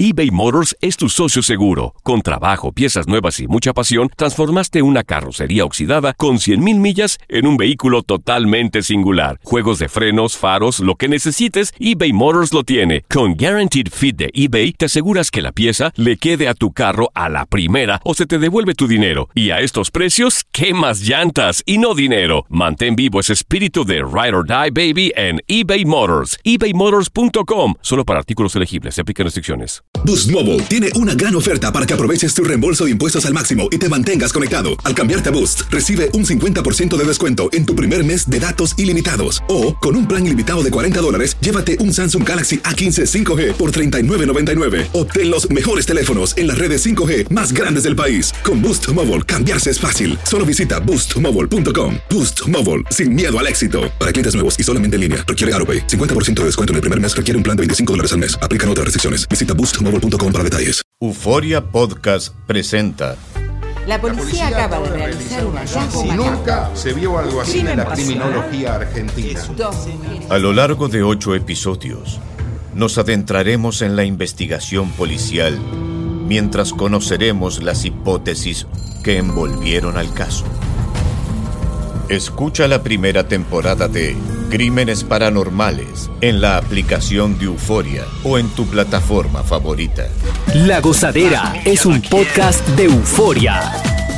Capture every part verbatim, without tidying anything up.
eBay Motors es tu socio seguro. Con trabajo, piezas nuevas y mucha pasión, transformaste una carrocería oxidada con cien mil millas en un vehículo totalmente singular. Juegos de frenos, faros, lo que necesites, eBay Motors lo tiene. Con Guaranteed Fit de eBay, te aseguras que la pieza le quede a tu carro a la primera o se te devuelve tu dinero. Y a estos precios, ¿qué más llantas y no dinero? Mantén vivo ese espíritu de Ride or Die, baby, en eBay Motors. ebay motors punto com. Solo para artículos elegibles. Se aplican restricciones. Boost Mobile tiene una gran oferta para que aproveches tu reembolso de impuestos al máximo y te mantengas conectado. Al cambiarte a Boost, recibe un cincuenta por ciento de descuento en tu primer mes de datos ilimitados. O, con un plan ilimitado de cuarenta dólares, llévate un Samsung Galaxy A quince cinco G por treinta y nueve noventa y nueve. Obtén los mejores teléfonos en las redes cinco G más grandes del país. Con Boost Mobile, cambiarse es fácil. Solo visita boost mobile punto com. Boost Mobile, sin miedo al éxito. Para clientes nuevos y solamente en línea, requiere AutoPay. cincuenta por ciento de descuento en el primer mes requiere un plan de veinticinco dólares al mes. Aplican otras restricciones. Visita boost mobile punto com para detalles. Euforia Podcast presenta. La policía acaba de realizar un hallazgo Y macabro. nunca se vio algo así en la Crimen criminología argentina. Dos mujeres. A lo largo de ocho episodios, nos adentraremos en la investigación policial mientras conoceremos las hipótesis que envolvieron al caso. Escucha la primera temporada de Crímenes Paranormales en la aplicación de Euforia o en tu plataforma favorita. La Gozadera es un podcast de Euforia.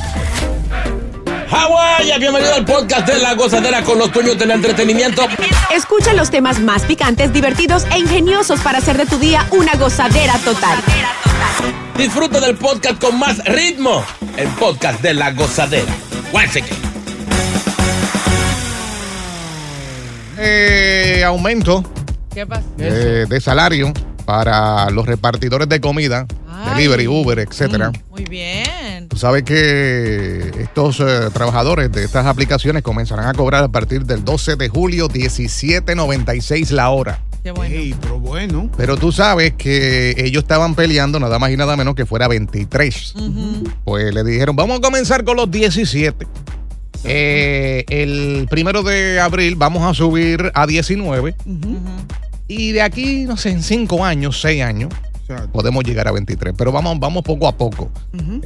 Hawái, bienvenido al podcast de La Gozadera con los dueños del entretenimiento. Escucha los temas más picantes, divertidos e ingeniosos para hacer de tu día una gozadera total. Disfruta del podcast con más ritmo, el podcast de La Gozadera. Guáchate. Eh, aumento ¿Qué pasa? eh, de salario para los repartidores de comida, Ay. delivery, Uber, etcétera. Muy bien. Tú sabes que estos eh, trabajadores de estas aplicaciones comenzarán a cobrar a partir del doce de julio, diecisiete noventa y seis la hora. Qué bueno. Ey, pero bueno. Pero tú sabes que ellos estaban peleando nada más y nada menos que fuera veintitrés. Ujú. Pues le dijeron, vamos a comenzar con los diecisiete. Eh, el primero de abril vamos a subir a diecinueve. Ujú. Y de aquí, no sé, en cinco años, seis años, Exacto. podemos llegar a veintitrés. Pero vamos, vamos poco a poco. Ujú.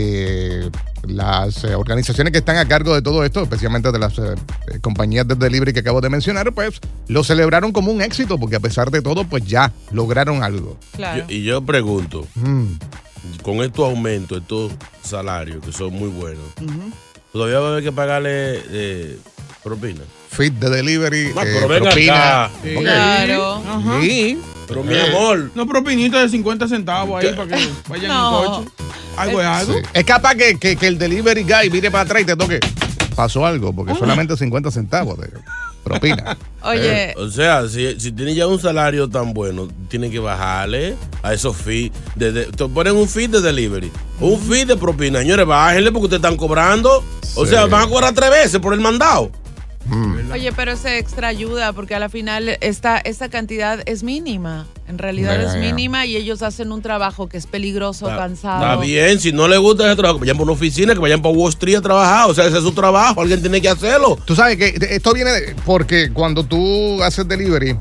Eh, las eh, organizaciones que están a cargo de todo esto, especialmente de las eh, eh, compañías de delivery que acabo de mencionar, pues lo celebraron como un éxito, porque a pesar de todo, pues ya lograron algo. Claro. Yo- y yo pregunto, Mm. con estos aumentos, estos salarios que son muy buenos, Ujú. ¿todavía va a haber que pagarle eh, propina? Fit de delivery, Ah, eh, pero ven propina. acá. Sí. Ok. Claro. Ajá. Sí. Pero mi amor, Una propinita de cincuenta centavos ahí ¿Qué? para que vayan No. en coche. Algo es algo. Sí. Es capaz que, que, que el delivery guy mire para atrás y te toque. Pasó algo, porque solamente cincuenta centavos de propina. Oye, eh, o sea, si, si tienes ya un salario tan bueno, tienen que bajarle a esos fees. De, de- te ponen un fee de delivery, un fee de propina. Señores, bájenle porque ustedes están cobrando. O Sí. sea, van a cobrar tres veces por el mandado. oye, pero ese extra ayuda porque a la final esta, esta cantidad es mínima. En realidad Ya, es ya. mínima y ellos hacen un trabajo que es peligroso, Está, cansado. está bien, si no les gusta ese trabajo, que vayan por una oficina, que vayan por Wall Street a trabajar. O sea, ese es su trabajo, alguien tiene que hacerlo. Tú sabes que esto viene de- porque cuando tú haces delivery,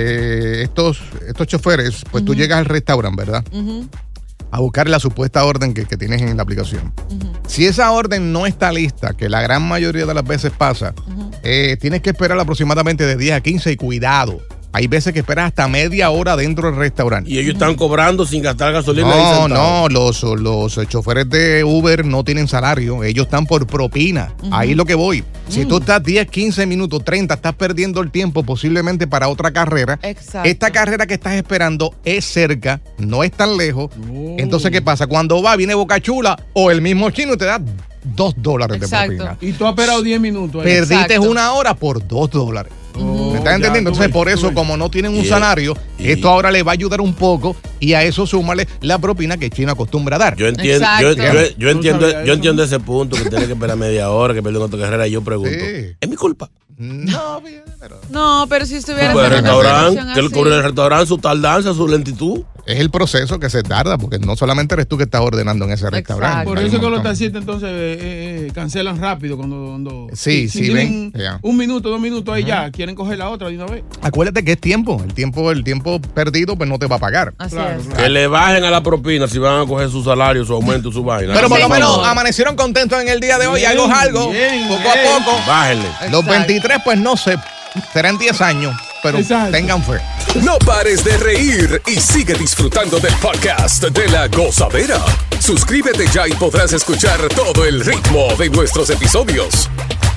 eh, estos, estos choferes, pues tú llegas al restaurante, ¿verdad? Ujú, A buscar la supuesta orden que, que tienes en la aplicación. ujú, Si esa orden no está lista, que la gran mayoría de las veces pasa, ujú. eh, tienes que esperar aproximadamente de diez a quince y cuidado. Hay veces que esperas hasta media hora dentro del restaurante. Y ellos están cobrando sin gastar gasolina. ahí No, sentados. no, los, los choferes de Uber no tienen salario, ellos están por propina. Ahí es lo que voy. Si tú estás diez, quince minutos, treinta, estás perdiendo el tiempo posiblemente para otra carrera. Exacto. Esta carrera que estás esperando es cerca, no es tan lejos. Entonces, ¿qué pasa? Cuando va, viene Boca Chula o el mismo chino y te da dos dólares Exacto. de propina. Y tú has esperado diez minutos ahí. Perdiste Exacto. una hora por dos dólares. Oh, ¿Me estás ya, entendiendo? tú Entonces, ves, por tú eso, ves. como no tienen un Y- salario, y- esto ahora le va a ayudar un poco y a eso súmale la propina que Chino acostumbra a dar. Yo entiendo, yo, Exacto. yo- yo No entiendo, sabía yo eso. entiendo ese punto que tiene que esperar media hora, que perdió otra carrera. Y yo pregunto, Sí. ¿es mi culpa? No, bien, pero... No, pero si estuvieras Pues el en una restaurante, situación que él así- cobre el restaurante, su tardanza, su lentitud. es el proceso que se tarda, porque no solamente eres tú que estás ordenando en ese Exacto. restaurante. Por Hay eso un que los montón. taxistas entonces eh, eh, cancelan rápido cuando... cuando Sí, si sí, tienen ven, ya. un minuto, dos minutos ahí ya, quieren coger la otra de una vez. Acuérdate que es tiempo. El tiempo, el tiempo perdido, pues no te va a pagar. Así Claro, es. claro. Que le bajen a la propina si van a coger su salario, su aumento, su vaina. Pero por Sí, lo menos favor. amanecieron contentos en el día de hoy. Bien, algo es algo. bien, poco bien. a poco. Bájenle. Los Exacto. veintitrés, pues no sé. Serán diez años. Pero Exacto. tengan fe. No pares de reír y sigue disfrutando del podcast de La Gozadera. Suscríbete ya y podrás escuchar todo el ritmo de nuestros episodios.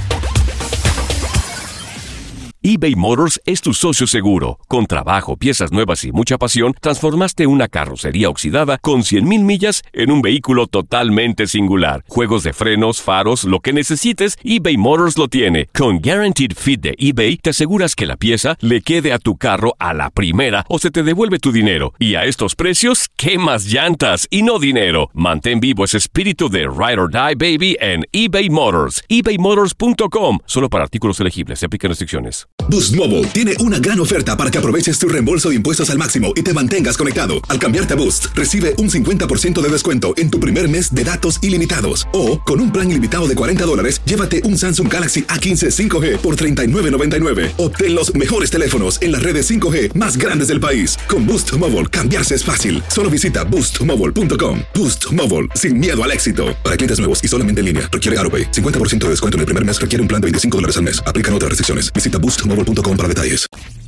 eBay Motors es tu socio seguro. Con trabajo, piezas nuevas y mucha pasión, transformaste una carrocería oxidada con cien mil millas en un vehículo totalmente singular. Juegos de frenos, faros, lo que necesites, eBay Motors lo tiene. Con Guaranteed Fit de eBay, te aseguras que la pieza le quede a tu carro a la primera o se te devuelve tu dinero. Y a estos precios, ¿qué más llantas y no dinero? Mantén vivo ese espíritu de Ride or Die, baby, en eBay Motors. ebay motors punto com. Solo para artículos elegibles. Se aplican restricciones. Boost Mobile tiene una gran oferta para que aproveches tu reembolso de impuestos al máximo y te mantengas conectado. Al cambiarte a Boost, recibe un cincuenta por ciento de descuento en tu primer mes de datos ilimitados. O, con un plan ilimitado de cuarenta dólares, llévate un Samsung Galaxy A quince cinco G por treinta y nueve noventa y nueve. Obtén los mejores teléfonos en las redes cinco G más grandes del país. Con Boost Mobile, cambiarse es fácil. Solo visita boost mobile punto com. Boost Mobile, sin miedo al éxito. Para clientes nuevos y solamente en línea, requiere AutoPay. cincuenta por ciento de descuento en el primer mes requiere un plan de veinticinco dólares al mes. Aplican otras restricciones. Visita boost mobile punto com para detalles.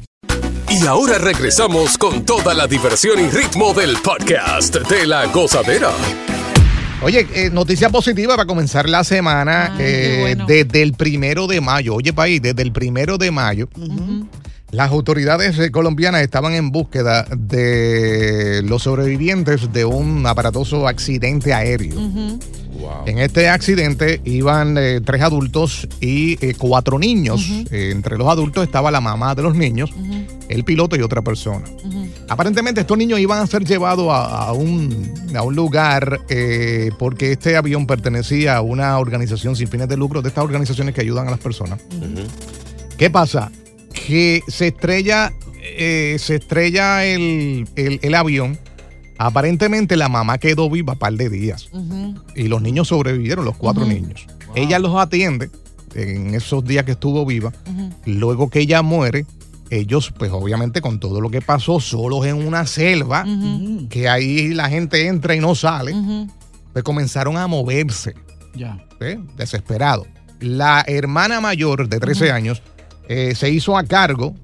Y ahora regresamos con toda la diversión y ritmo del podcast de La Gozadera. Oye, eh, noticia positiva para comenzar la semana. Ay, qué eh, bueno. Desde el primero de mayo. Oye, país, desde el primero de mayo. Ujú. Las autoridades eh, colombianas estaban en búsqueda de los sobrevivientes de un aparatoso accidente aéreo. Ujú. Wow. En este accidente iban eh, tres adultos y eh, cuatro niños. Ujú. Eh, entre los adultos estaba la mamá de los niños, Ujú. el piloto y otra persona. Ujú. Aparentemente estos niños iban a ser llevados a, a, un, a un lugar eh, porque este avión pertenecía a una organización sin fines de lucro, de estas organizaciones que ayudan a las personas. Ujú. ¿Qué pasa? Que se estrella, eh, se estrella el, el, el avión. Aparentemente la mamá quedó viva un par de días Ujú. y los niños sobrevivieron, los cuatro Ujú. niños. Ella los atiende en esos días que estuvo viva. Ujú. Luego que ella muere, ellos, pues obviamente con todo lo que pasó, solos en una selva, Ujú. que ahí la gente entra y no sale, Ujú. pues comenzaron a moverse, Ya. ¿eh? Desesperado. La hermana mayor de trece Ujú. años eh, se hizo a cargo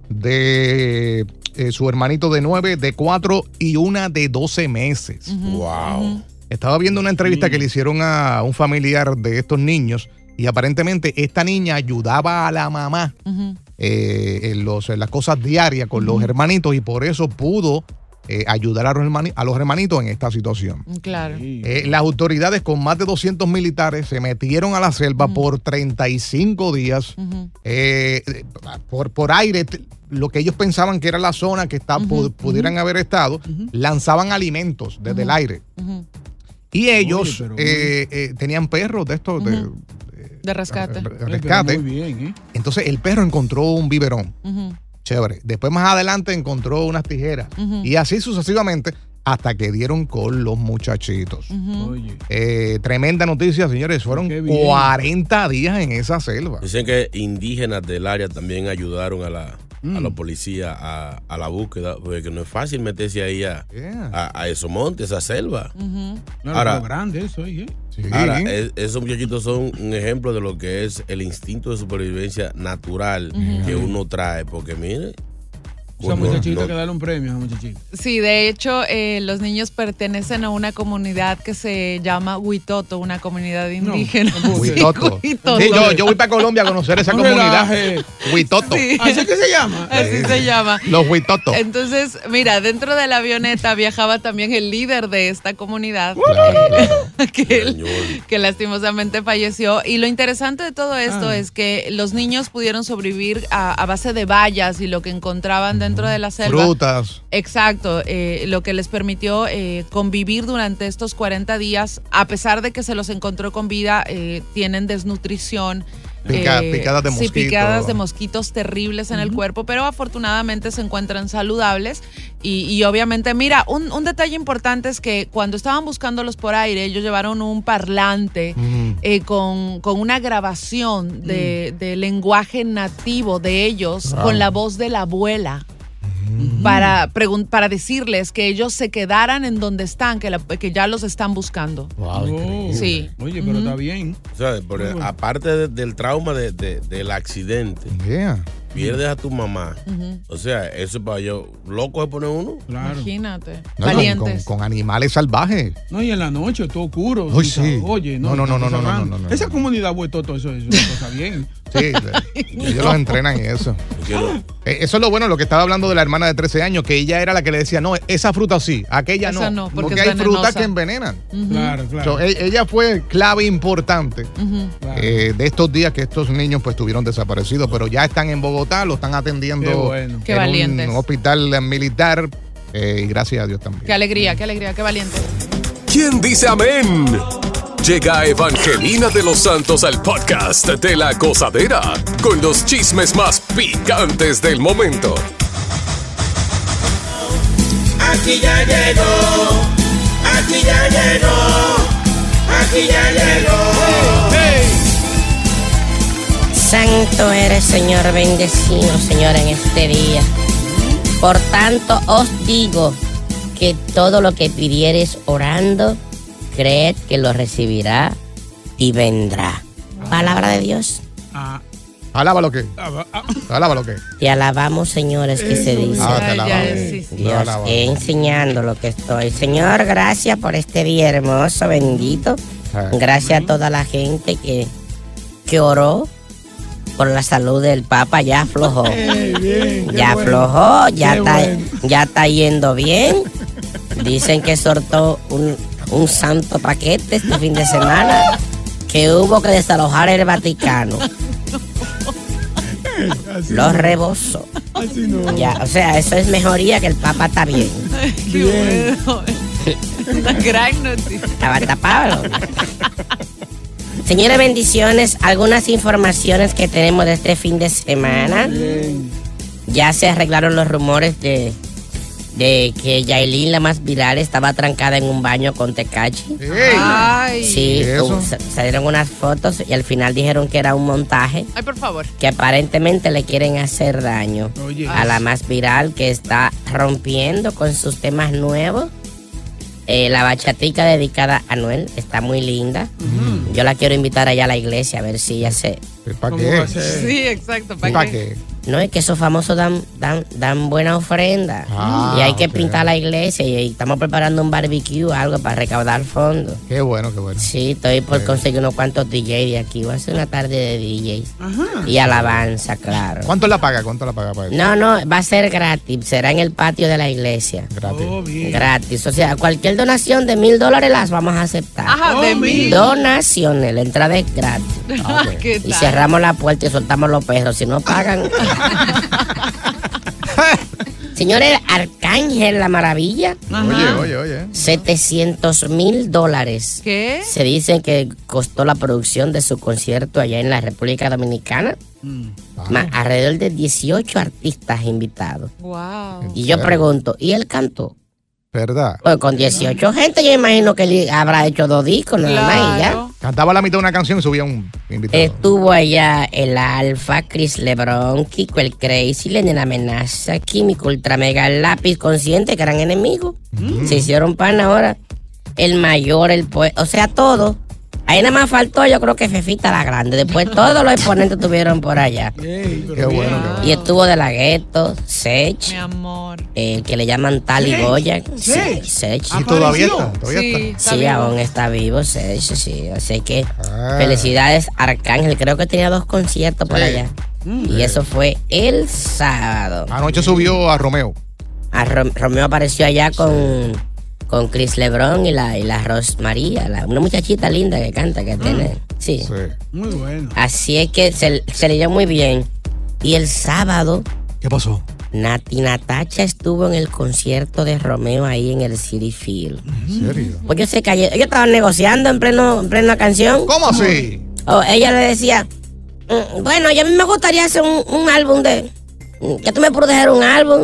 de eh, su hermanito de nueve, de cuatro y una de doce meses. Ujú. Wow. Ujú. Estaba viendo una entrevista que le hicieron a un familiar de estos niños y aparentemente esta niña ayudaba a la mamá Ujú. eh, en, los, en las cosas diarias con los hermanitos y por eso pudo eh, ayudar a los, hermani- a los hermanitos en esta situación. Claro. Sí. Eh, las autoridades con más de doscientos militares se metieron a la selva Ujú. por treinta y cinco días Ujú. eh, eh, por, por aire, t- lo que ellos pensaban que era la zona que está, Ujú, pu- pudieran haber estado, Ujú. lanzaban alimentos desde Ujú. el aire. Ujú. Y ellos pero muy- eh, eh, tenían perros de estos de, Ujú. De rescate. de Eh, pero rescate. Muy bien, ¿eh? Entonces el perro encontró un biberón. Ujú. Chévere. Después más adelante encontró unas tijeras. Ujú. Y así sucesivamente hasta que dieron con los muchachitos. Ujú. Oye. Eh, tremenda noticia, señores. Fueron Qué bien. cuarenta días en esa selva. Dicen que indígenas del área también ayudaron a la, Mm. a la policía a, a la búsqueda, porque no es fácil meterse ahí a, Yeah. a, a esos montes, a esa selva. Ujú. Claro, Ahora- pero grande eso, ¿eh? Sí. Ahora, es- esos muchachitos son un ejemplo de lo que es el instinto de supervivencia natural Ujú. que uno trae, porque mire, Esa uno muchachita no- que darle un premio a esa muchachita. Sí, de hecho, eh, los niños pertenecen a una comunidad que se llama Huitoto, una comunidad indígena. no puedo Sí, creer. Huitoto. Huitoto. Sí, yo, yo voy para Colombia a conocer esa No comunidad. relaje. Huitoto. Sí. ¿Así que se llama? Así se llama. Los Huitotos. Entonces, mira, dentro de la avioneta viajaba también el líder de esta comunidad, Claro, claro. que, él- Señor. que lastimosamente falleció. Y lo interesante de todo esto Ah. es que los niños pudieron sobrevivir a, a base de bayas y lo que encontraban dentro de la selva. Frutas. Exacto, eh, lo que les permitió eh, convivir durante estos cuarenta días, a pesar de que se los encontró con vida, eh, tienen desnutrición, Pica, eh, picadas de sí, mosquito. picadas de mosquitos terribles en el cuerpo, pero afortunadamente se encuentran saludables. Y, y obviamente, mira, un, un detalle importante es que cuando estaban buscándolos por aire, ellos llevaron un parlante Mm. eh, con, con una grabación de, de lenguaje nativo de ellos Wow. con la voz de la abuela. Para, pregun- para decirles que ellos se quedaran en donde están, que, la- que ya los están buscando. Wow, increíble. Sí. Oye, pero Ujú. está bien. O sea, por- aparte de- del trauma de- de- del accidente, Yeah. pierdes a tu mamá. Ujú. O sea, eso es para yo. ¿Loco se pone uno? Claro. Imagínate. No, con- Valientes. Con, con animales salvajes. No, y en la noche, todo oscuro. Uy, tú sabes. sí. Oye, no. No, no, no, no, está no, no, cerrando. no, no, Esa no. comunidad ha vuelto todo eso, eso es una cosa bien. Sí, le- ellos los entrenan y eso. Quiero- Eh, Eso es lo bueno, lo que estaba hablando de la hermana de trece años, que ella era la que le decía, no, esa fruta sí, aquella Esa no. no, porque es hay frutas venenosa. que envenenan. Claro, claro. So, e- ella fue clave importante Ujú. Claro. eh, de estos días que estos niños pues estuvieron desaparecidos, pero ya están en Bogotá, lo están atendiendo Qué bueno. Qué en valientes. un hospital militar eh, y gracias a Dios también. Qué alegría, qué alegría, qué valiente. ¿Quién dice amén? Llega Evangelina de los Santos al podcast de La Gozadera con los chismes más picantes del momento. Aquí ya llegó, aquí ya llegó, aquí ya llegó. Santo eres, Señor, bendecido, Señor, en este día. Por tanto, os digo que todo lo que pidiereis orando, creed que lo recibirá y vendrá. Palabra de Dios. Ah, Alábalo que, ah, ah, alábalo que. Te alabamos, Señor, es que se dice. Ah, te Ay, ya, alabamos. sí, sí. Dios, alabamos. he enseñando lo que estoy. Señor, gracias por este día hermoso, bendito. Ah. Gracias a toda la gente que, que oró por la salud del Papa. Ya aflojó. eh, bien, qué Ya bueno. aflojó, ya Qué está, bueno. ya está yendo bien. Dicen que soltó un, un santo paquete este fin de semana, que hubo que desalojar el Vaticano. Así Lo no, rebosó. así no. Ya, o sea, eso es mejoría, que el Papa está bien. Qué bueno. Una gran noticia. Estaba tapado. Señores, bendiciones. Algunas informaciones que tenemos de este fin de semana. Ya se arreglaron los rumores de, de que Yailin, la más viral, estaba atrancada en un baño con Tekashi. Ey, Ay. Sí, ¿Y eso? hubo- sa- salieron unas fotos y al final dijeron que era un montaje, Ay, por favor. que aparentemente le quieren hacer daño Oye. a la más viral, que está rompiendo con sus temas nuevos. Eh, la bachatica dedicada a Anuel está muy linda. Yo la quiero invitar allá a la iglesia a ver si ella se... ¿para ¿Cómo va a qué? ser? Sí, exacto. ¿Para ¿Para qué? qué? No, es que esos famosos dan, dan, dan buena ofrenda. Ah, y hay que ok. pintar la iglesia y, y estamos preparando un barbecue, algo para recaudar fondos. Qué bueno, qué bueno. Sí, estoy por Ok. conseguir unos cuantos D Js de aquí. Voy a hacer una tarde de D Js. Ajá. Y alabanza, claro. ¿Cuánto la paga? ¿Cuánto la paga para eso? No, no, va a ser gratis. Será en el patio de la iglesia. Gratis. Oh, bien. Gratis. O sea, cualquier donación de mil dólares las vamos a aceptar. Ajá, Oh, de mi- mí. Donaciones, la entrada es gratis. Ah, ok. ¿Qué Y tal? cerramos la puerta y soltamos los perros. Si no pagan. Señores, Arcángel, la maravilla. Oye, oye, oye. setecientos mil dólares. ¿Qué? Se dice que costó la producción de su concierto allá en la República Dominicana. Más alrededor de dieciocho artistas invitados. Wow. Y yo Claro. pregunto, ¿y él cantó? ¿Verdad? Pues con dieciocho gente, yo imagino que él habrá hecho dos discos nada más y ya. Claro. Cantaba la mitad de una canción y subía un invitado. Estuvo allá el Alfa, Chris Lebron, Kiko el Crazy, Lenny la Amenaza, Químico Ultra Mega, Lápiz Consciente, que eran enemigos. Se hicieron pan ahora. El Mayor, el poeta, o sea, todo. Ahí nada más faltó, yo creo que Fefita la Grande. Después todos los exponentes estuvieron por allá. Ey, pero Qué bien. bueno, qué bueno. Y estuvo De La Ghetto, Sech, Mi amor. el que le llaman Tali Sech, Goya. Sech. Sech. Y todavía ¿Apareció? está, todavía Sí, está. está Sí, vivo. aún está vivo, Sech, sí. Así que Ah. felicidades, Arcángel. Creo que tenía dos conciertos por Sí. allá. Y eso fue el sábado. Anoche subió a Romeo. A Rom- Romeo apareció allá con, con Chris Lebron y la, y la Rosmaría, la, una muchachita linda que canta, que tiene. Sí. Sí. Muy bueno. Así es que se, se leyó muy bien. Y el sábado, ¿Qué pasó? Nati Natacha estuvo en el concierto de Romeo ahí en el City Field. ¿En serio? Pues yo sé que ayer- ellos estaban negociando en pleno en plena canción. ¿Cómo así? Oh, ella le decía, Mm, Bueno, yo a mí me gustaría hacer un, un álbum de... Que tú me produjeras un álbum.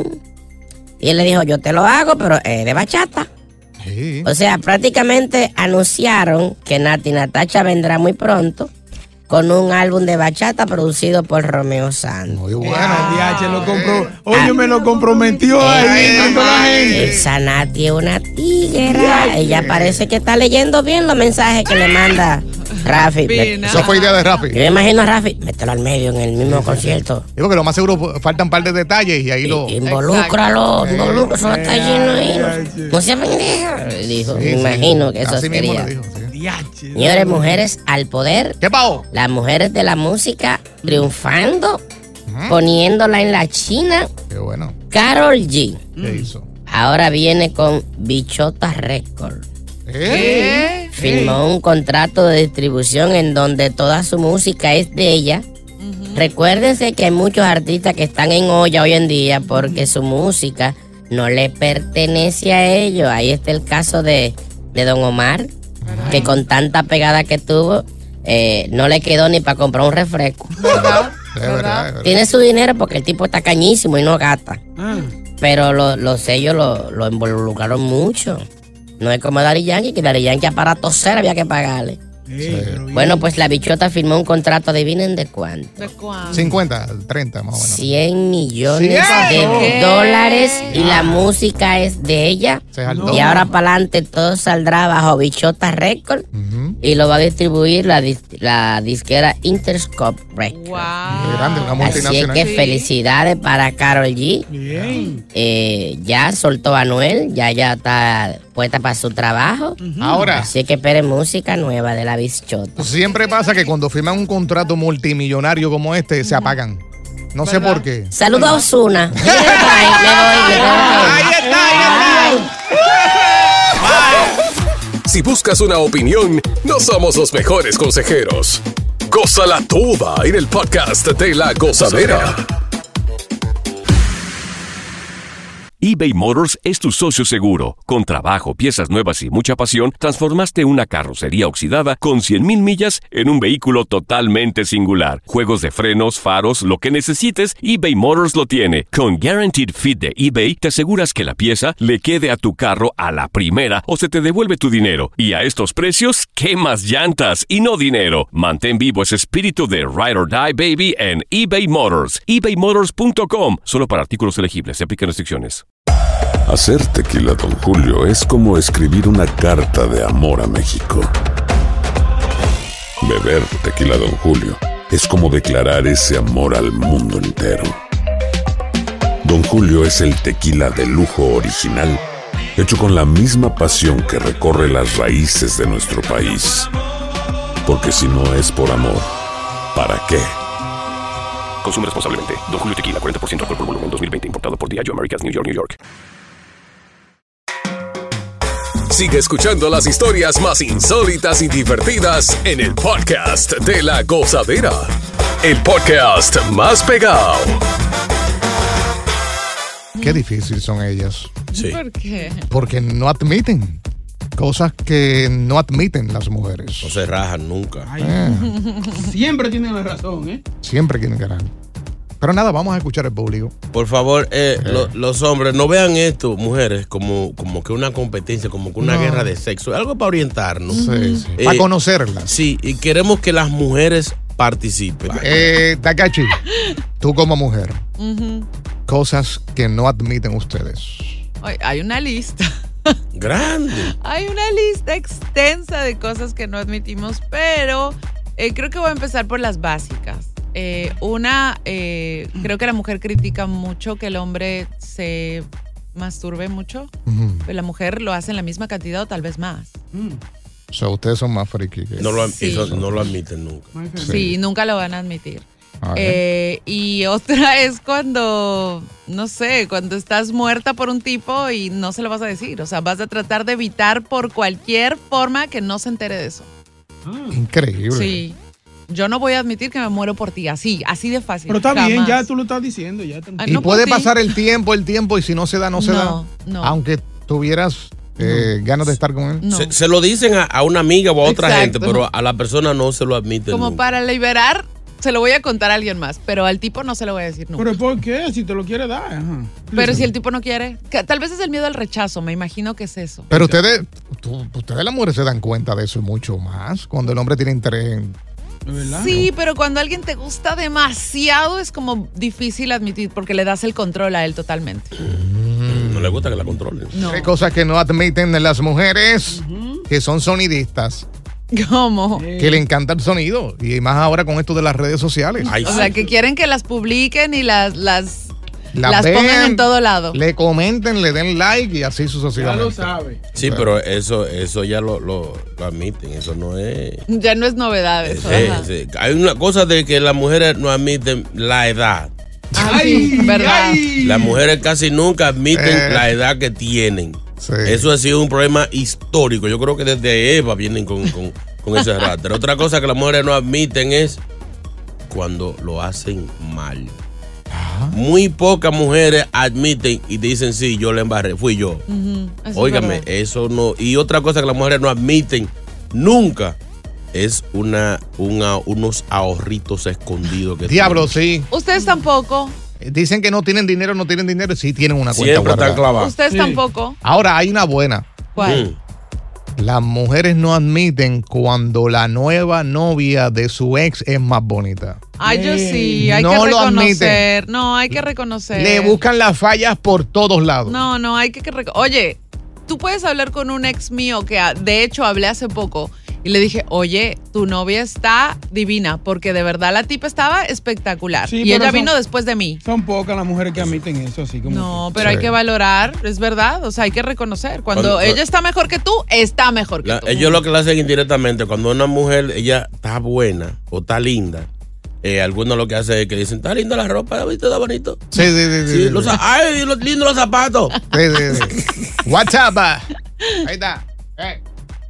Y él le dijo, yo te lo hago, pero eh, de bachata. Sí. O sea, prácticamente anunciaron que Nati Natacha vendrá muy pronto con un álbum de bachata producido por Romeo Santos. Muy bueno. D H lo compró. Oye, me lo comprometió ahí con la gente. Esa Nati es una tiguera. Ella parece que está leyendo bien los mensajes que le manda Rafi. Pina. Eso fue idea de Rafi. Yo me imagino a Rafi, mételo al medio en el mismo concierto. Digo que lo más seguro faltan un par de detalles y ahí lo. Involúcralo, Exacto. involúcralo, eso está lleno ahí. No, no sea pendeja. Dijo, Sí, me sí. imagino que eso Así mismo sería. lo dijo, sí. D H. Señores, mujeres al poder. ¿Qué pasó? Las mujeres de la música triunfando, poniéndola en la China. Qué bueno. Karol G. ¿Qué hizo? Ahora viene con Bichota Records. ¿Qué? Firmó un contrato de distribución en donde toda su música es de ella. Recuérdense que hay muchos artistas que están en olla hoy en día porque su música no le pertenece a ellos. Ahí está el caso de, de Don Omar, que con tanta pegada que tuvo, eh, no le quedó ni para comprar un refresco. ¿Verdad? Es verdad, es verdad. Tiene su dinero porque el tipo está cañísimo y no gasta. Pero lo- los sellos lo, lo involucraron mucho. No es como Daddy Yankee, que Daddy Yankee para toser había que pagarle. Bueno, pues la bichota firmó un contrato, adivinen de cuánto. ¿De cuándo? cincuenta, treinta más o menos. cien millones ¿Cien? de ¿Qué? dólares y la música es de ella. Se saltó. Y ahora para adelante todo saldrá bajo Bichota Record y lo va a distribuir la, dis- la disquera Interscope Records. Wow. Qué grande, una Así es multinacional. que Sí. felicidades para Karol G. Bien. Eh, ya soltó a Anuel, ya ya está puesta para su trabajo. Ahora, Así que esperen música nueva de la bichota. siempre pasa que cuando firman un contrato multimillonario como este, se apagan. No sé ¿Verdad? por qué. Saludos a Ozuna. Me voy, me voy. Ahí está, Si buscas una opinión, no somos los mejores consejeros. Gózala toda en el podcast de La Gozadera. eBay Motors es tu socio seguro. Con trabajo, piezas nuevas y mucha pasión, transformaste una carrocería oxidada con cien mil millas en un vehículo totalmente singular. Juegos de frenos, faros, lo que necesites, eBay Motors lo tiene. Con Guaranteed Fit de eBay, te aseguras que la pieza le quede a tu carro a la primera o se te devuelve tu dinero. Y a estos precios, ¿qué más llantas y no dinero? Mantén vivo ese espíritu de Ride or Die, baby, en eBay Motors. ebay motors punto com. Solo para artículos elegibles. Se aplican restricciones. Hacer tequila Don Julio es como escribir una carta de amor a México. Beber tequila Don Julio es como declarar ese amor al mundo entero. Don Julio es el tequila de lujo original, hecho con la misma pasión que recorre las raíces de nuestro país. Porque si no es por amor, ¿para qué? Consume responsablemente. Don Julio Tequila, cuarenta por ciento alcohol por volumen, dos mil veinte. Importado por Diageo Americas, New York, New York. Sigue escuchando las historias más insólitas y divertidas en el podcast de La Gozadera. El podcast más pegado. Qué difícil son ellas. Sí. ¿Por qué? Porque no admiten cosas que no admiten las mujeres. No se rajan nunca. Ay, Eh, siempre tienen la razón, ¿eh? siempre quieren ganar. Pero nada, vamos a escuchar el público. Por favor, eh, lo- los hombres, no vean esto, mujeres, como, como que una competencia, como que una No. guerra de sexo. Algo para orientarnos. Sí, sí. Eh, Para conocerlas. Sí, y queremos que las mujeres participen. Eh, Takachi, tú como mujer, Ujú. cosas que no admiten ustedes. Ay, hay una lista. Grande. Hay una lista extensa de cosas que no admitimos, pero eh, creo que voy a empezar por las básicas. Eh, una, eh, creo que la mujer critica mucho que el hombre se masturbe mucho. Ujú. La mujer lo hace en la misma cantidad o tal vez más. O sea, ustedes son más friki que No lo, am- Sí. eso no lo admiten nunca. Sí, nunca lo van a admitir. A ver. Eh, y otra es cuando, no sé, cuando estás muerta por un tipo y no se lo vas a decir. O sea, vas a tratar de evitar por cualquier forma que no se entere de eso. Increíble. Sí. Yo no voy a admitir que me muero por ti, así, así de fácil. Pero está bien, Jamás. ya tú lo estás diciendo. Ya te- Ah, Y no por puede ti. pasar el tiempo, el tiempo, y si no se da, no se No, da. no. Aunque tuvieras eh, ganas de estar con él. No. Se, se lo dicen a, a una amiga o a otra Exacto. gente, pero a la persona no se lo admiten Como nunca. para liberar se lo voy a contar a alguien más, pero al tipo no se lo voy a decir nunca. ¿Pero por qué? Si te lo quiere dar. Ajá. Pero si el tipo no quiere, que- tal vez es el miedo al rechazo, me imagino que es eso. Pero ustedes, tú- ustedes las mujeres se dan cuenta de eso y mucho más cuando el hombre tiene interés en... ¿Verdad? Sí, pero cuando alguien te gusta demasiado es como difícil admitir porque le das el control a él totalmente. No le gusta que la controlen. No. Hay cosas que no admiten de las mujeres que son sonidistas, ¿Cómo? que le encanta el sonido. Y más ahora con esto de las redes sociales. O sea, que quieren que las publiquen y las, las, Las las pongan vean, en todo lado. Le comenten, le den like y así sucesivamente. Ya lo sabe. Sí, pero eso, eso ya lo, lo, lo admiten. Eso no es. Ya no es novedad eso. Sí, ajá. sí. Hay una cosa de que las mujeres no admiten la edad. Ah, sí, ¿verdad? Las mujeres casi nunca admiten Eh. la edad que tienen. Sí. Eso ha sido un problema histórico. Yo creo que desde Eva vienen con, con, con ese carácter. Otra cosa que las mujeres no admiten es cuando lo hacen mal. Muy pocas mujeres admiten y te dicen, sí, yo le embarré, fui yo. Ujú, eso es Óigame, verdad. eso no. Y otra cosa que las mujeres no admiten nunca es una, una unos ahorritos escondidos que Diablo, sí. Ustedes tampoco. Dicen que no tienen dinero, no tienen dinero, sí tienen una cuenta siempre están guardada. clavados. Ustedes tampoco. Ahora hay una buena. ¿Cuál? Mm. Las mujeres no admiten cuando la nueva novia de su ex es más bonita. Ay, yo sí, hay No que lo reconocer. admiten. No, hay que reconocer. Le buscan las fallas por todos lados. No, no, hay que, que reco- Oye, tú puedes hablar con un ex mío que ah, de hecho hablé hace poco y le dije, oye, tu novia está divina porque de verdad la tipa estaba espectacular. Sí, y pero ella son- vino después de mí. Son pocas las mujeres que admiten eso, así como. No, pero Sí. hay que valorar, es verdad, o sea, hay que reconocer. Cuando Cuando- ella está mejor que tú, está mejor que La- tú. ellos lo que le hacen indirectamente, cuando una mujer, ella está buena o está linda, eh, algunos lo que hacen es que dicen, está linda la ropa, ¿viste? Está bonito. Sí, sí, sí. sí, Sí, sí. los za- ay, los lindos los zapatos. Sí, sí, sí. WhatsApp. Ahí está. Eh.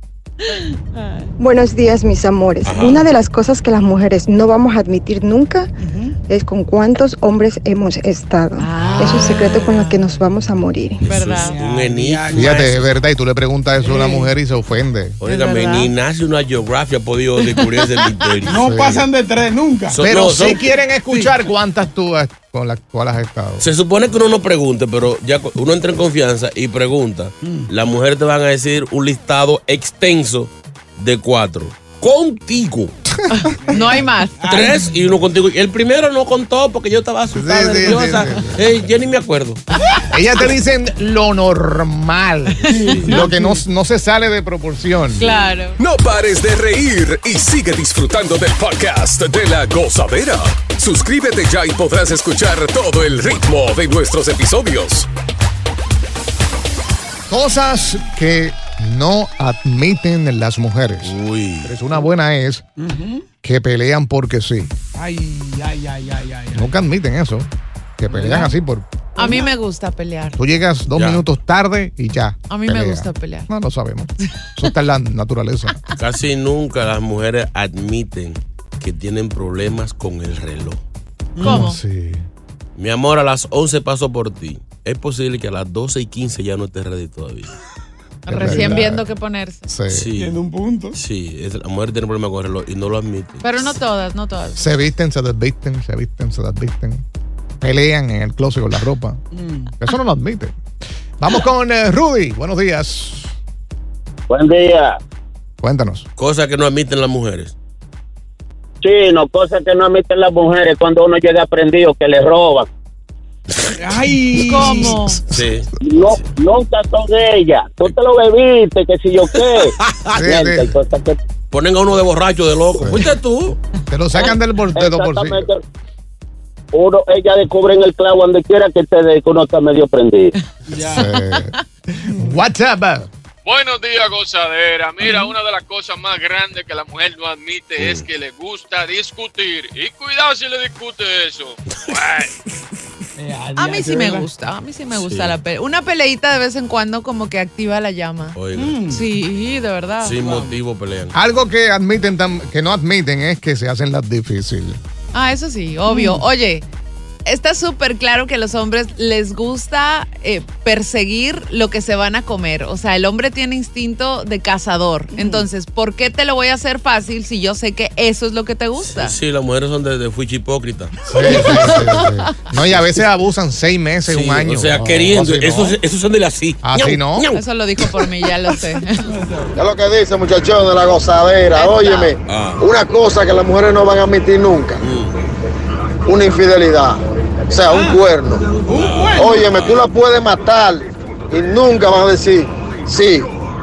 Buenos días, mis amores. Ajá. Una de las cosas que las mujeres no vamos a admitir nunca es con cuántos hombres hemos estado. Es un secreto con el que nos vamos a morir. Eso ¿Verdad? es un enigma. Fíjate, es verdad, y tú le preguntas eso a una mujer y se ofende. Óigame, Es verdad. ni National Geographic ha podido descubrir ese misterio. No Sí. pasan de tres nunca. Son- Pero no, si son- quieren escuchar cuántas tú has, con las cuales has estado. Se supone que uno no pregunte, pero ya cu- uno entra en confianza y pregunta. Las mujeres te van a decir un listado extenso de cuatro. Contigo. No hay más. Tres y uno contigo. El primero no contó porque yo estaba asustada, Sí, sí, nerviosa. sí, sí, Eh, yo ni me acuerdo. Ellas te dicen lo normal, lo que no, no se sale de proporción. Claro. No pares de reír y sigue disfrutando del podcast de La Gozadera. Suscríbete ya y podrás escuchar todo el ritmo de nuestros episodios. Cosas que no admiten las mujeres. Uy. Pero es una buena es que pelean porque sí. Ay, ay, ay, ay, ay. ay. Nunca admiten eso. Que pelean así por... A mí me gusta pelear. Tú llegas dos Ya. minutos tarde y ya. A mí me pelea. gusta pelear. No, lo sabemos. Eso está en la naturaleza. Casi nunca las mujeres admiten que tienen problemas con el reloj. ¿Cómo? Sí. Mi amor, a las once paso por ti. Es posible que a las doce y quince ya no estés ready todavía. Recién viendo qué ponerse. Sí. Sí. Tiene un punto. Sí, es- la mujer tiene problemas con el reloj y no lo admite. Pero no todas, no todas. Se visten, se desvisten, se visten, se desvisten. Pelean en el closet con la ropa. Eso no lo admite. Vamos con eh, Rudy. Buenos días. Buen día. Cuéntanos. Cosas que no admiten las mujeres. Chino, cosas que no admiten las mujeres cuando uno llega aprendido que le roban. Ay. ¿Cómo? Sí. No, nunca son ellas. Tú te lo bebiste, que si yo qué. Sí, Gente, sí. cosas que- Ponen a uno de borracho, de loco. ¿Fuiste tú? Te lo sacan del bol- de los bolsillos. Exactamente. Uno, ella descubre en el clavo donde quiera que te dé, que uno está medio prendido. Sí. WhatsApp. Buenos días, gozadera. Mira, una de las cosas más grandes que la mujer no admite es que le gusta discutir. Y cuidado si le discute eso. A mí sí me gusta, a mí sí me gusta Sí. la pelea. Una peleita de vez en cuando como que activa la llama. Oiga, Sí, de verdad. sin motivo pelean. Algo que admiten tam- que no admiten es que se hacen las difíciles. Ah, eso sí, obvio. Oye, está súper claro que a los hombres les gusta eh, perseguir lo que se van a comer. O sea, el hombre tiene instinto de cazador. Entonces, ¿por qué te lo voy a hacer fácil si yo sé que eso es lo que te gusta? Sí, sí, las mujeres son de, de fuichi hipócrita. Sí, sí, sí, sí. No, y a veces abusan seis meses, Sí, un año. O sea, No, queriendo. así no. Eso, eso son de la así. Así no. Eso lo dijo por mí, ya lo sé. Es lo que dice, muchachón, de la gozadera. Óyeme, Ah. una cosa que las mujeres no van a admitir nunca. Una infidelidad. O sea, un cuerno. Óyeme, tú la puedes matar y nunca van a decir, sí,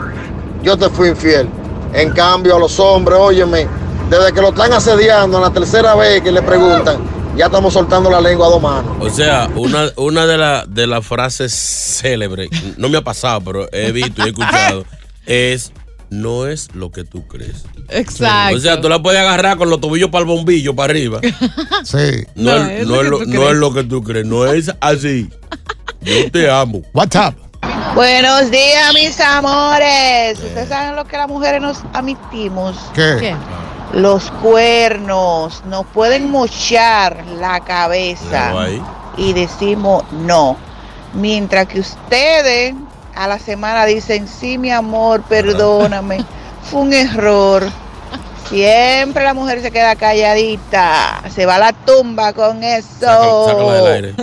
yo te fui infiel. En cambio, a los hombres, óyeme, desde que lo están asediando, a la tercera vez que le preguntan, ya estamos soltando la lengua a dos manos. O sea, una, una de, la, de las frases célebres, no me ha pasado, pero he visto y he escuchado, es, no es lo que tú crees. Exacto. O sea, tú la puedes agarrar con los tobillos para el bombillo, para arriba. Sí. No, no, es, no, es, lo, no es lo que tú crees, no es así. Yo te amo. What's up? Buenos días, mis amores. ¿Ustedes saben lo que las mujeres nos admitimos? ¿Qué? ¿Qué? Los cuernos. Nos pueden mochar la cabeza y decimos no. Mientras que ustedes a la semana dicen, sí, mi amor, perdóname, fue un error. Siempre la mujer se queda calladita, se va a la tumba con eso. Sácala, sácala del aire.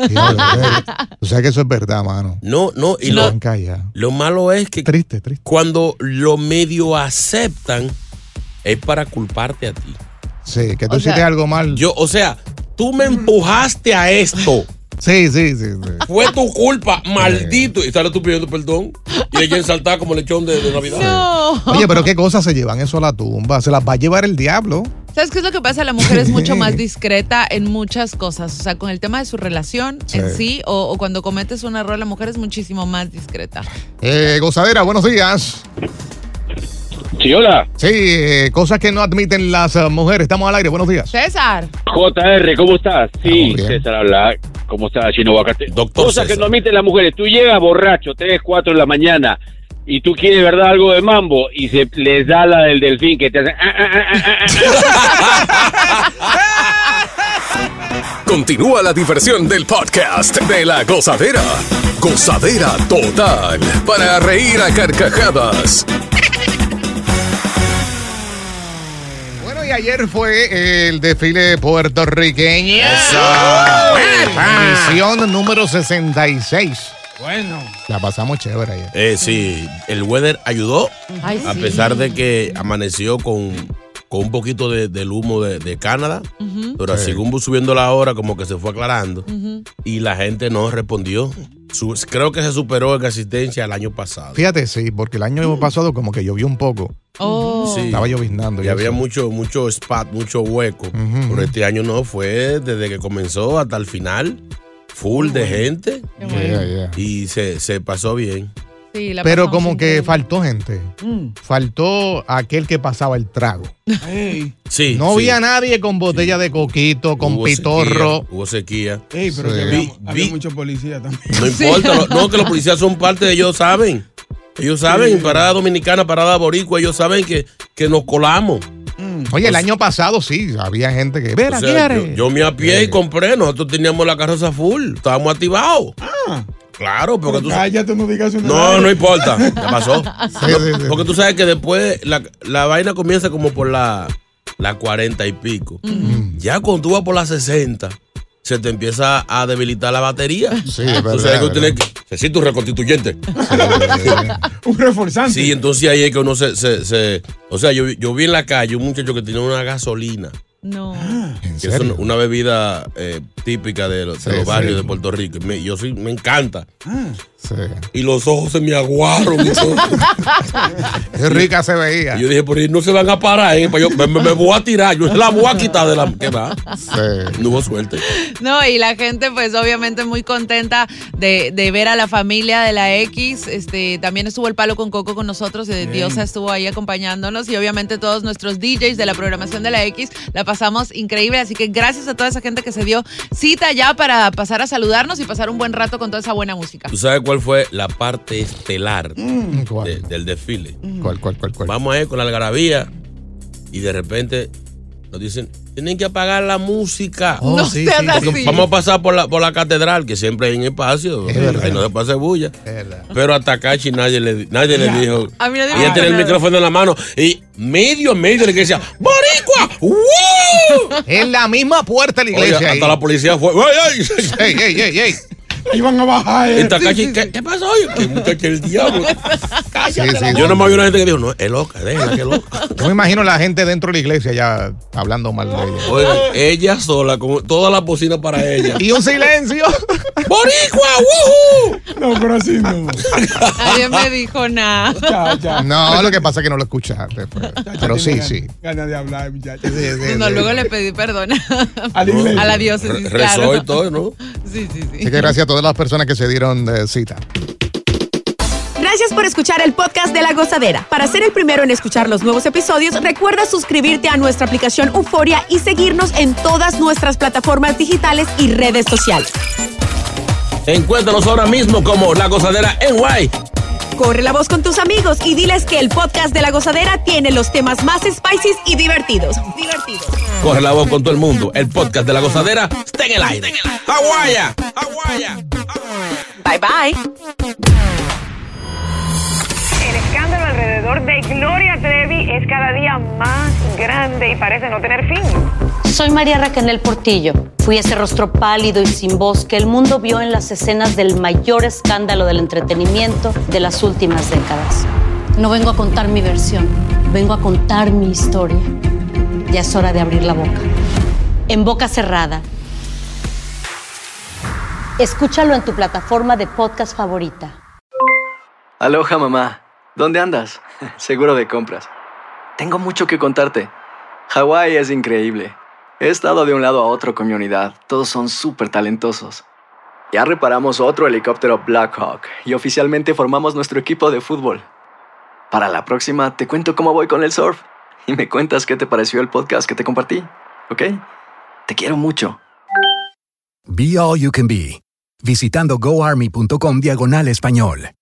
O sea que eso es verdad, mano. No, no, y Se lo, van callados. lo malo es que triste, triste. cuando lo medio aceptan es para culparte a ti. Sí, que tú O hiciste sea, algo mal. Yo, o sea, tú me empujaste a esto. Sí, sí, sí, sí. Fue tu culpa, maldito. Y sale tú pidiendo perdón. Y ella ensaltada como lechón de, de Navidad. No. Oye, pero qué cosas se llevan eso a la tumba. Se las va a llevar el diablo. ¿Sabes qué es lo que pasa? La mujer es mucho más discreta en muchas cosas. O sea, con el tema de su relación Sí. en sí, o, o cuando cometes un error, la mujer es muchísimo más discreta. Eh, gozadera, buenos días. Sí, hola. Sí, eh, cosas que no admiten las uh, mujeres. Estamos al aire, buenos días. César. J R, ¿cómo estás? Sí, César habla. ¿Cómo estás, Chino Aguacate? Doctor Cosas César. que no admiten las mujeres. Tú llegas borracho, tres, cuatro de la mañana, y tú quieres, ¿verdad?, algo de mambo, y se les da la del delfín que te hace... ah, ah, ah, ah, ah. Continúa la diversión del podcast de La Gozadera. Gozadera total para reír a carcajadas. Bueno, y ayer fue el desfile puertorriqueño. Edición número sesenta y seis. Bueno. La pasamos chévere ayer. Eh, sí, el weather ayudó. Ay, a sí. pesar de que amaneció con, con un poquito de, del humo de, de Canadá. Ujú. Pero Sí. según subiendo la hora, como que se fue aclarando. Ujú. Y la gente no respondió. Su- creo que se superó en asistencia el año pasado. Fíjate, sí, porque el año pasado como que llovió un poco. Oh. Sí. Estaba lloviznando. Y había mucho, mucho spot, mucho hueco. Pero este año no, fue desde que comenzó hasta el final. Full de gente. Yeah, yeah. Y se, se pasó bien. Sí, la Pero pasamos como que increíble. faltó gente. Faltó aquel que pasaba el trago. Sí. No sí. había nadie con botella de coquito, con Hubo pitorro. sequía, hubo sequía. Ey, pero Sí. que había, Vi- había vi- muchos policías también. No importa, lo- no, que los policías son parte de ellos, saben. Ellos saben, Sí. parada dominicana, parada boricua, ellos saben que, que nos colamos. Oye, el año pasado sí, había gente que. Vera, O sea, ¿quiere? yo, yo me a pie y compré, nosotros teníamos la carroza full, estábamos activados. Ah. Claro, porque tú sabes. Cállate, no digas una No, no importa, ya pasó. Sí, No, sí, sí. porque tú sabes que después la, la vaina comienza como por la, la cuarenta y pico. Ya cuando tú vas por la sesenta, se te empieza a debilitar la batería. Sí, es Tú verdad, sabes que tú es tienes que. Necesito un reconstituyente. Un reforzante. Sí, entonces ahí es que uno se. se, se- o sea, yo, vi- yo vi en la calle un muchacho que tenía una gasolina. No. ¿En Que es serio? una, una bebida eh, típica de los, de Sí, los barrios sí. de Puerto Rico. Y me- yo sí, me encanta. Sí. Y los ojos se me aguaron. Y todo. Qué rica se veía. Y yo dije, por ahí no se van a parar. ¿eh? Pues yo me, me- me voy a tirar. Yo se la voy a quitar de la. ¿Qué va? Sí. No hubo suerte. No, y la gente pues obviamente muy contenta de, de ver a la familia de la X. Este, también estuvo el Palo con Coco con nosotros, y Diosa estuvo ahí acompañándonos, y obviamente todos nuestros D Js de la programación de la X. La pasamos increíble, así que gracias a toda esa gente que se dio cita ya para pasar a saludarnos y pasar un buen rato con toda esa buena música. ¿Tú sabes cuál fue la parte estelar Mm, ¿Cuál? de- del desfile? ¿Cuál, cuál, cuál, cuál? Vamos a ir con la algarabía y de repente nos dicen, tienen que apagar la música. Oh, no sí, seas sí, así. Vamos a pasar por la, por la catedral, que siempre hay un espacio, ahí no se pasa bulla. Pero a Takashi nadie le, nadie le dijo. A mí nadie y él tiene el micrófono en la mano y medio, medio le decía, ¡Boricua! ¡Woo! En la misma puerta de la iglesia. Oye, hasta ahí. la policía fue. ¡Ey, ey, ey, ey! ey. Iban a bajar. Y Takashi, sí, sí, ¿qué, sí. ¿qué pasó hoy? ¿Qué muchacho el diablo? Sí, sí, yo no me vi una gente que dijo, no, es loca, déjala, que loca. Yo me imagino la gente dentro de la iglesia ya hablando mal de ella. Oiga, ella sola, con toda la bocina para ella. Y un silencio. ¡Boricua! ¡Woohoo! No, pero así no. Nadie me dijo nada. Ya, ya. No, lo que pasa es que no lo escuchaste. Pero, pero sí, ganas, sí. Ganas de hablar, muchachos. Sí, sí, no, sí. Luego le pedí perdón a la, iglesia. a la diócesis. Re Rezó claro. y todo, ¿no? Sí, sí, sí. Así que gracias a todas las personas que se dieron de cita. Gracias por escuchar el podcast de La Gozadera. Para ser el primero en escuchar los nuevos episodios, recuerda suscribirte a nuestra aplicación Euforia y seguirnos en todas nuestras plataformas digitales y redes sociales. Encuéntranos ahora mismo como La Gozadera N Y. Corre la voz con tus amigos y diles que el podcast de La Gozadera tiene los temas más spicy y divertidos. Divertidos. Corre la voz con todo el mundo. El podcast de La Gozadera está en el aire. ¡Aguaya! ¡Aguaya! Bye, bye. El escándalo alrededor de Gloria Trevi es cada día más grande y parece no tener fin. Soy María Raquel Portillo. Fui ese rostro pálido y sin voz que el mundo vio en las escenas del mayor escándalo del entretenimiento de las últimas décadas. No vengo a contar mi versión, vengo a contar mi historia. Ya es hora de abrir la boca. En boca cerrada. Escúchalo en tu plataforma de podcast favorita. Aloha, mamá. ¿Dónde andas? Seguro de compras. Tengo mucho que contarte. Hawái es increíble. He estado de un lado a otro con mi unidad. Todos son súper talentosos. Ya reparamos otro helicóptero Blackhawk y oficialmente formamos nuestro equipo de fútbol. Para la próxima te cuento cómo voy con el surf y me cuentas qué te pareció el podcast que te compartí, ¿ok? Te quiero mucho. Be All You Can Be, visitando goarmy.com diagonal español.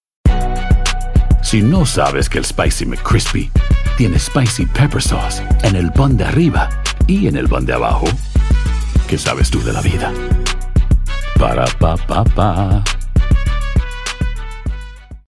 Si no sabes que el Spicy McCrispy tiene Spicy Pepper Sauce en el pan de arriba y en el pan de abajo, ¿qué sabes tú de la vida? Para, pa, pa, pa.